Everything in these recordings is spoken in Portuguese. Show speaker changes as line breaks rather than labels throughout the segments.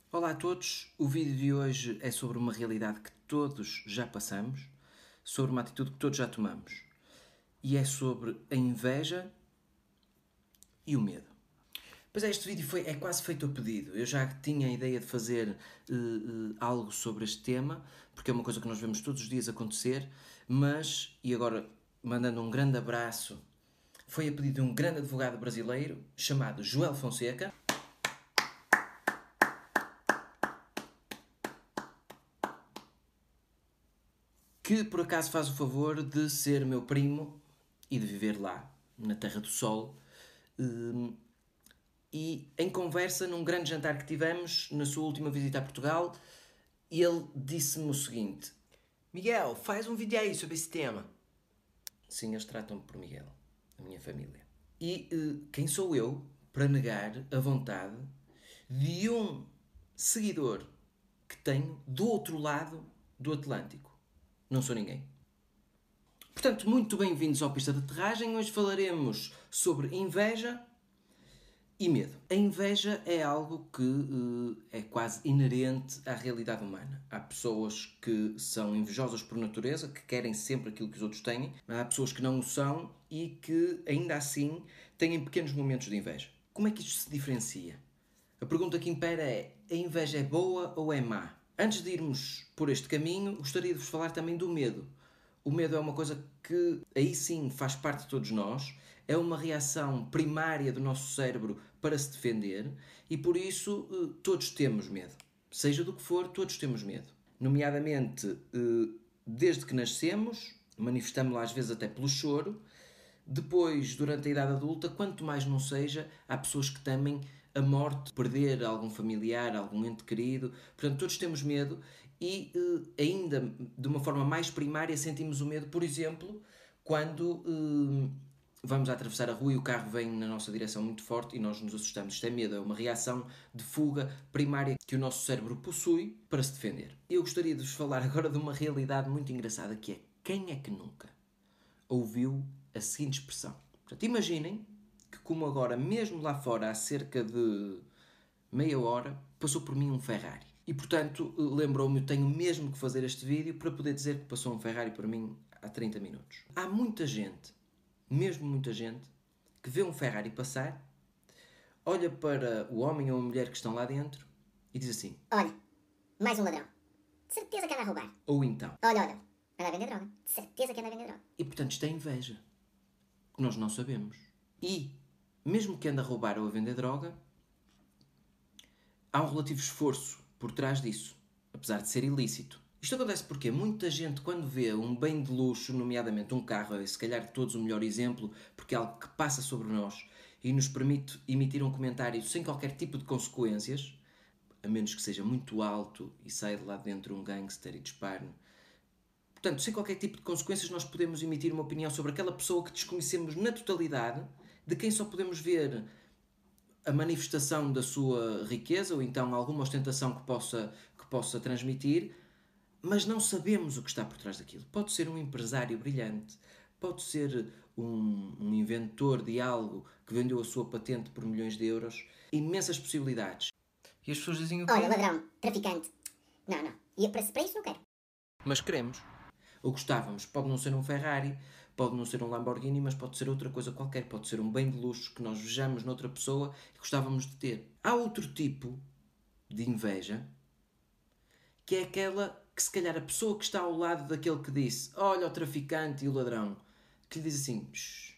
Olá a todos, o vídeo de hoje é sobre uma realidade que todos já passamos, sobre uma atitude que todos já tomamos, e é sobre a inveja e o medo. Pois é, este vídeo é quase feito a pedido. Eu já tinha a ideia de fazer algo sobre este tema, porque é uma coisa que nós vemos todos os dias acontecer, mas, e agora mandando um grande abraço, foi a pedido de um grande advogado brasileiro chamado Joel Fonseca, que por acaso faz o favor de ser meu primo e de viver lá, na Terra do Sol. E em conversa, num grande jantar que tivemos, na sua última visita a Portugal, ele disse-me o seguinte: Miguel, faz um vídeo aí sobre esse tema. Sim, eles tratam-me por Miguel, a minha família. E quem sou eu para negar a vontade de um seguidor que tenho do outro lado do Atlântico? Não sou ninguém. Portanto, muito bem-vindos ao Pista de Aterragem. Hoje falaremos sobre inveja e medo. A inveja é algo que é quase inerente à realidade humana. Há pessoas que são invejosas por natureza, que querem sempre aquilo que os outros têm, mas há pessoas que não o são e que, ainda assim, têm pequenos momentos de inveja. Como é que isto se diferencia? A pergunta que impera é: a inveja é boa ou é má? Antes de irmos por este caminho, gostaria de vos falar também do medo. O medo é uma coisa que, aí sim, faz parte de todos nós, é uma reação primária do nosso cérebro para se defender e, por isso, todos temos medo. Seja do que for, todos temos medo. Nomeadamente, desde que nascemos, manifestamos-lo às vezes até pelo choro. Depois, durante a idade adulta, quanto mais não seja, há pessoas que temem a morte, perder algum familiar, algum ente querido. Portanto, todos temos medo e ainda de uma forma mais primária sentimos o medo, por exemplo, quando vamos a atravessar a rua e o carro vem na nossa direção muito forte e nós nos assustamos. Isto é medo, é uma reação de fuga primária que o nosso cérebro possui para se defender. Eu gostaria de vos falar agora de uma realidade muito engraçada, que é: quem é que nunca ouviu a seguinte expressão? Portanto, imaginem que, como agora, mesmo lá fora, há cerca de meia hora, passou por mim um Ferrari. E, portanto, lembrou-me, eu tenho mesmo que fazer este vídeo para poder dizer que passou um Ferrari por mim há 30 minutos. Há muita gente, mesmo muita gente, que vê um Ferrari passar, olha para o homem ou a mulher que estão lá dentro e diz assim:
Olha, mais um ladrão. De certeza que anda a roubar.
ou então.
Olha, anda a vender droga. De certeza que anda a vender droga.
E, portanto, isto é inveja. Que nós não sabemos. E, mesmo que ande a roubar ou a vender droga, há um relativo esforço por trás disso, apesar de ser ilícito. Isto acontece porque muita gente, quando vê um bem de luxo, nomeadamente um carro, é se calhar de todos o melhor exemplo, porque é algo que passa sobre nós e nos permite emitir um comentário sem qualquer tipo de consequências, a menos que seja muito alto e saia de lá dentro um gangster e dispare. Portanto, sem qualquer tipo de consequências, nós podemos emitir uma opinião sobre aquela pessoa que desconhecemos na totalidade, de quem só podemos ver a manifestação da sua riqueza ou então alguma ostentação que possa transmitir, mas não sabemos o que está por trás daquilo. Pode ser um empresário brilhante, pode ser um inventor de algo que vendeu a sua patente por milhões de euros. Imensas possibilidades. E as pessoas dizem o quê?
Olha, ladrão, traficante. Não. E para isso não quero.
Mas queremos. Ou gostávamos. Pode não ser um Ferrari, pode não ser um Lamborghini, mas pode ser outra coisa qualquer. Pode ser um bem de luxo que nós vejamos noutra pessoa e gostávamos de ter. Há outro tipo de inveja, que é aquela que, se calhar, a pessoa que está ao lado daquele que disse: olha o traficante e o ladrão, que lhe diz assim: shh,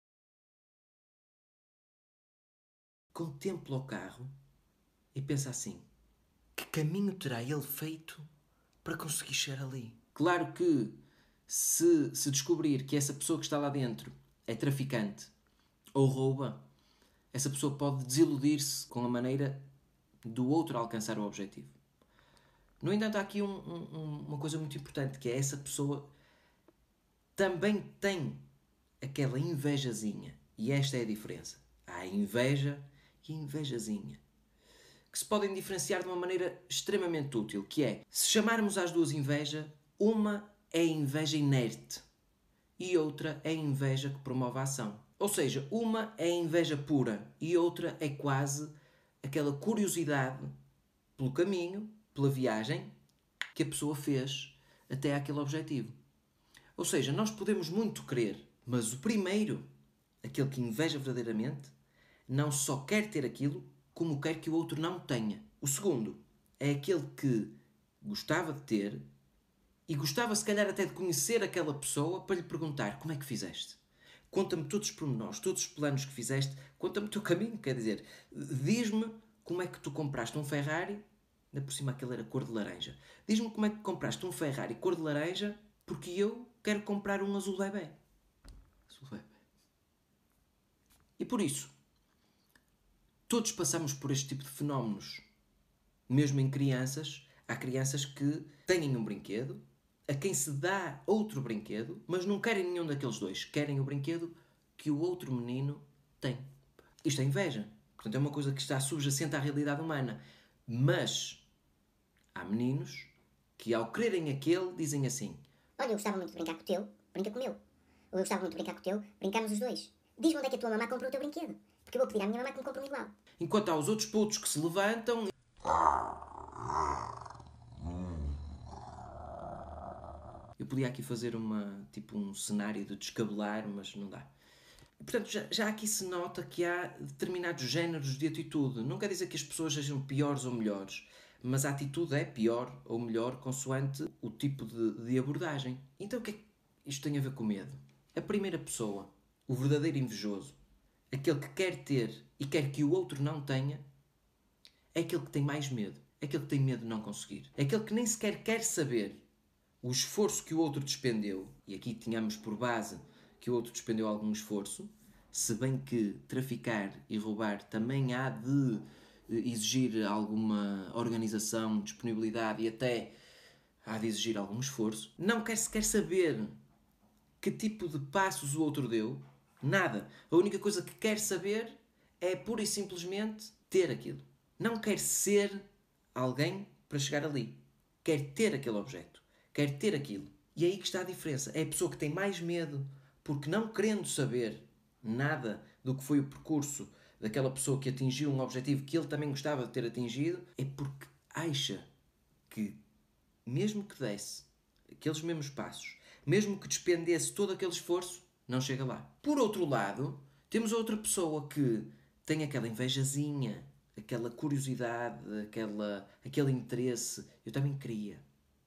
contempla o carro e pensa assim: que caminho terá ele feito para conseguir chegar ali? Claro que, se descobrir que essa pessoa que está lá dentro é traficante ou rouba, essa pessoa pode desiludir-se com a maneira do outro alcançar o objetivo. No entanto, há aqui uma coisa muito importante, que é: essa pessoa também tem aquela invejazinha. E esta é a diferença. Há a inveja e a invejazinha, que se podem diferenciar de uma maneira extremamente útil, que é: se chamarmos às duas inveja, uma é a inveja inerte e outra é a inveja que promove a ação. Ou seja, uma é a inveja pura e outra é quase aquela curiosidade pelo caminho, pela viagem que a pessoa fez até àquele objetivo. Ou seja, nós podemos muito querer, mas o primeiro, aquele que inveja verdadeiramente, não só quer ter aquilo, como quer que o outro não tenha. O segundo é aquele que gostava de ter e gostava se calhar até de conhecer aquela pessoa para lhe perguntar: como é que fizeste? Conta-me todos os pormenores, todos os planos que fizeste, conta-me o teu caminho, quer dizer, diz-me como é que tu compraste um Ferrari, ainda por cima aquele era cor de laranja, diz-me como é que compraste um Ferrari cor de laranja porque eu quero comprar um azul bebê. Azul bebê. E por isso, todos passamos por este tipo de fenómenos. Mesmo em crianças, há crianças que têm um brinquedo, a quem se dá outro brinquedo, mas não querem nenhum daqueles dois. Querem o brinquedo que o outro menino tem. Isto é inveja. Portanto, é uma coisa que está subjacente à realidade humana. Mas há meninos que, ao quererem aquele, dizem assim:
olha, eu gostava muito de brincar com o teu, brinca com o meu. Ou eu gostava muito de brincar com o teu, brincamos os dois. Diz-me onde é que a tua mamã comprou o teu brinquedo. Porque eu vou pedir à minha mamã que me compre um igual.
Enquanto há os outros putos que se levantam. Eu podia aqui fazer um cenário de descabelar, mas não dá. Portanto, já aqui se nota que há determinados géneros de atitude. Não quer dizer que as pessoas sejam piores ou melhores, mas a atitude é pior ou melhor consoante o tipo de abordagem. Então o que é que isto tem a ver com medo? A primeira pessoa, o verdadeiro invejoso, aquele que quer ter e quer que o outro não tenha, é aquele que tem mais medo. É aquele que tem medo de não conseguir. É aquele que nem sequer quer saber o esforço que o outro despendeu, e aqui tínhamos por base que o outro despendeu algum esforço, se bem que traficar e roubar também há de exigir alguma organização, disponibilidade e até há de exigir algum esforço, não quer sequer saber que tipo de passos o outro deu, nada. A única coisa que quer saber é pura e simplesmente ter aquilo. Não quer ser alguém para chegar ali. Quer ter aquele objeto. Quer ter aquilo. E é aí que está a diferença. É a pessoa que tem mais medo porque, não querendo saber nada do que foi o percurso daquela pessoa que atingiu um objetivo que ele também gostava de ter atingido, é porque acha que, mesmo que desse aqueles mesmos passos, mesmo que despendesse todo aquele esforço, não chega lá. Por outro lado, temos outra pessoa que tem aquela invejazinha, aquela curiosidade, aquele interesse. Eu também queria.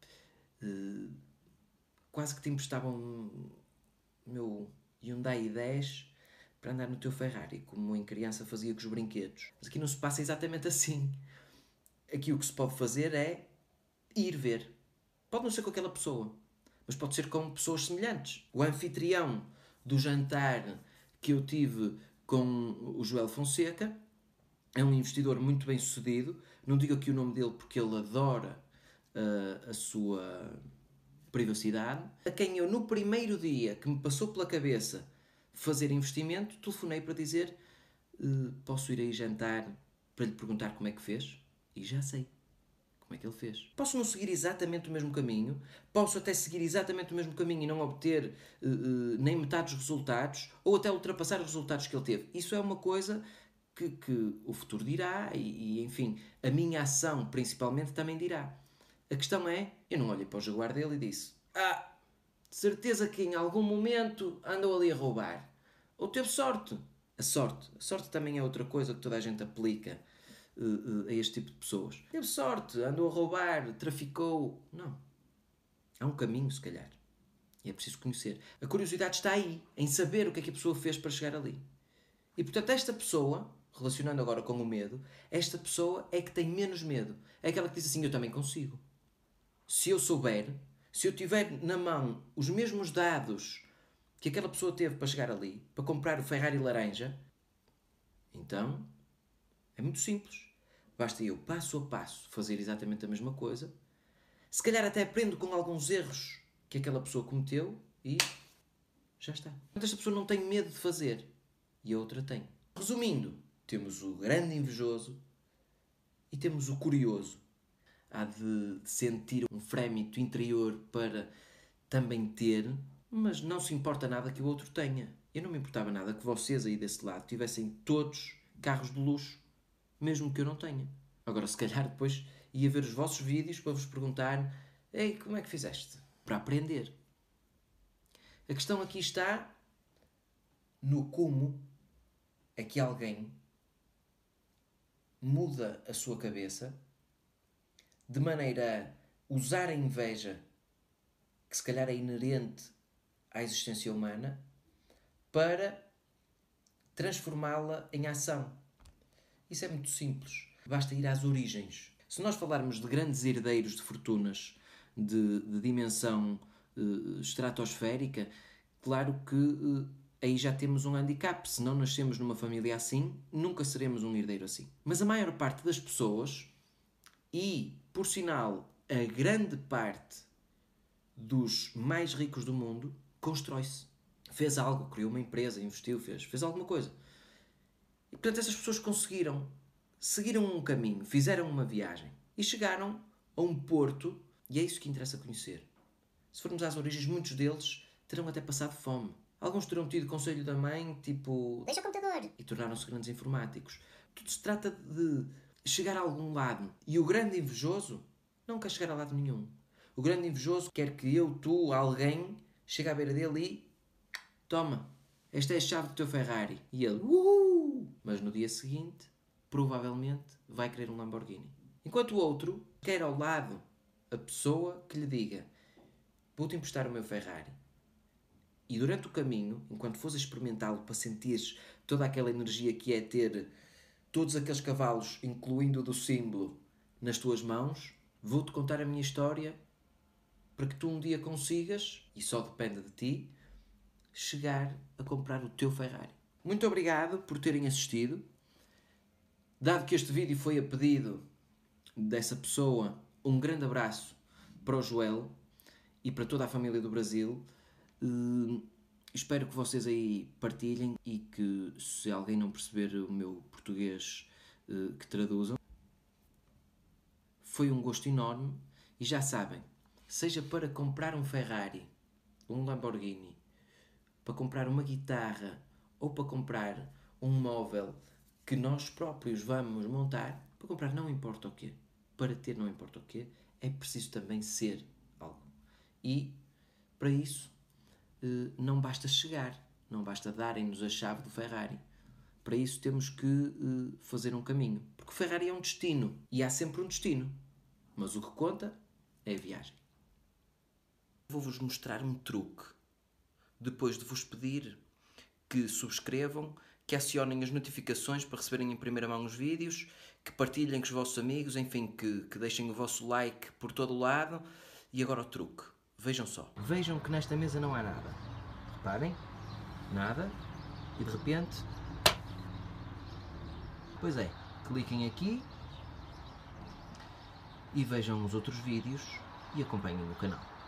Quase que te emprestavam o meu Hyundai i10 para andar no teu Ferrari, como em criança fazia com os brinquedos. Mas aqui não se passa exatamente assim. Aqui o que se pode fazer é ir ver. Pode não ser com aquela pessoa, mas pode ser com pessoas semelhantes. O anfitrião do jantar que eu tive com o Joel Fonseca é um investidor muito bem sucedido. Não digo aqui o nome dele porque ele adora a sua privacidade. A quem eu, no primeiro dia que me passou pela cabeça fazer investimento, telefonei para dizer: posso ir aí jantar para lhe perguntar como é que fez? E já sei como é que ele fez. Posso não seguir exatamente o mesmo caminho, posso até seguir exatamente o mesmo caminho e não obter nem metade dos resultados, ou até ultrapassar os resultados que ele teve. Isso é uma coisa que o futuro dirá e, enfim, a minha ação principalmente também dirá. A questão é, eu não olhei para o jaguar dele e disse: de certeza que em algum momento andou ali a roubar. Ou teve sorte. A sorte também é outra coisa que toda a gente aplica a este tipo de pessoas. Teve sorte, andou a roubar, traficou. Não. Há um caminho, se calhar. E é preciso conhecer. A curiosidade está aí, em saber o que é que a pessoa fez para chegar ali. E, portanto, esta pessoa, relacionando agora com o medo, esta pessoa é que tem menos medo. É aquela que diz assim: eu também consigo. Se eu souber, se eu tiver na mão os mesmos dados que aquela pessoa teve para chegar ali, para comprar o Ferrari laranja, então é muito simples. Basta eu, passo a passo, fazer exatamente a mesma coisa. Se calhar até aprendo com alguns erros que aquela pessoa cometeu e já está. Esta pessoa não tem medo de fazer e a outra tem. Resumindo, temos o grande invejoso e temos o curioso. Há de sentir um frémito interior para também ter, mas não se importa nada que o outro tenha. Eu não me importava nada que vocês aí desse lado tivessem todos carros de luxo, mesmo que eu não tenha. Agora, se calhar depois e a ver os vossos vídeos para vos perguntar: ei, como é que fizeste? Para aprender. A questão aqui está no como é que alguém muda a sua cabeça de maneira a usar a inveja, que se calhar é inerente à existência humana, para transformá-la em ação. Isso é muito simples. Basta ir às origens. Se nós falarmos de grandes herdeiros de fortunas de dimensão estratosférica, claro que aí já temos um handicap. Se não nascemos numa família assim, nunca seremos um herdeiro assim. Mas a maior parte das pessoas, e por sinal a grande parte dos mais ricos do mundo, constrói-se. Fez algo, criou uma empresa, investiu, fez alguma coisa. E portanto essas pessoas conseguiram, seguiram um caminho, fizeram uma viagem e chegaram a um porto, e é isso que interessa conhecer. Se formos às origens, muitos deles terão até passado fome. Alguns terão tido conselho da mãe, tipo...
deixa o computador.
E tornaram-se grandes informáticos. Tudo se trata de chegar a algum lado. E o grande invejoso não quer chegar a lado nenhum. O grande invejoso quer que eu, tu, alguém, chegue à beira dele e... toma, esta é a chave do teu Ferrari. E ele... Mas no dia seguinte, provavelmente, vai querer um Lamborghini. Enquanto o outro quer ao lado a pessoa que lhe diga: vou-te emprestar o meu Ferrari. E durante o caminho, enquanto fores a experimentá-lo para sentires toda aquela energia que é ter todos aqueles cavalos, incluindo o do símbolo, nas tuas mãos, vou-te contar a minha história para que tu um dia consigas, e só depende de ti, chegar a comprar o teu Ferrari. Muito obrigado por terem assistido. Dado que este vídeo foi a pedido dessa pessoa, um grande abraço para o Joel e para toda a família do Brasil. Espero que vocês aí partilhem e que, se alguém não perceber o meu português, que traduzam. Foi um gosto enorme e já sabem, seja para comprar um Ferrari, um Lamborghini, para comprar uma guitarra ou para comprar um móvel que nós próprios vamos montar, para comprar não importa o quê, para ter não importa o quê, é preciso também ser algo. E, para isso, não basta chegar, não basta darem-nos a chave do Ferrari. Para isso temos que fazer um caminho. Porque o Ferrari é um destino, e há sempre um destino. Mas o que conta é a viagem. Vou-vos mostrar um truque. Depois de vos pedir que subscrevam, que acionem as notificações para receberem em primeira mão os vídeos, que partilhem com os vossos amigos, enfim, que deixem o vosso like por todo o lado. E agora o truque. Vejam só. Vejam que nesta mesa não há nada. Reparem. Nada. E de repente... pois é. Cliquem aqui. E vejam os outros vídeos e acompanhem o canal.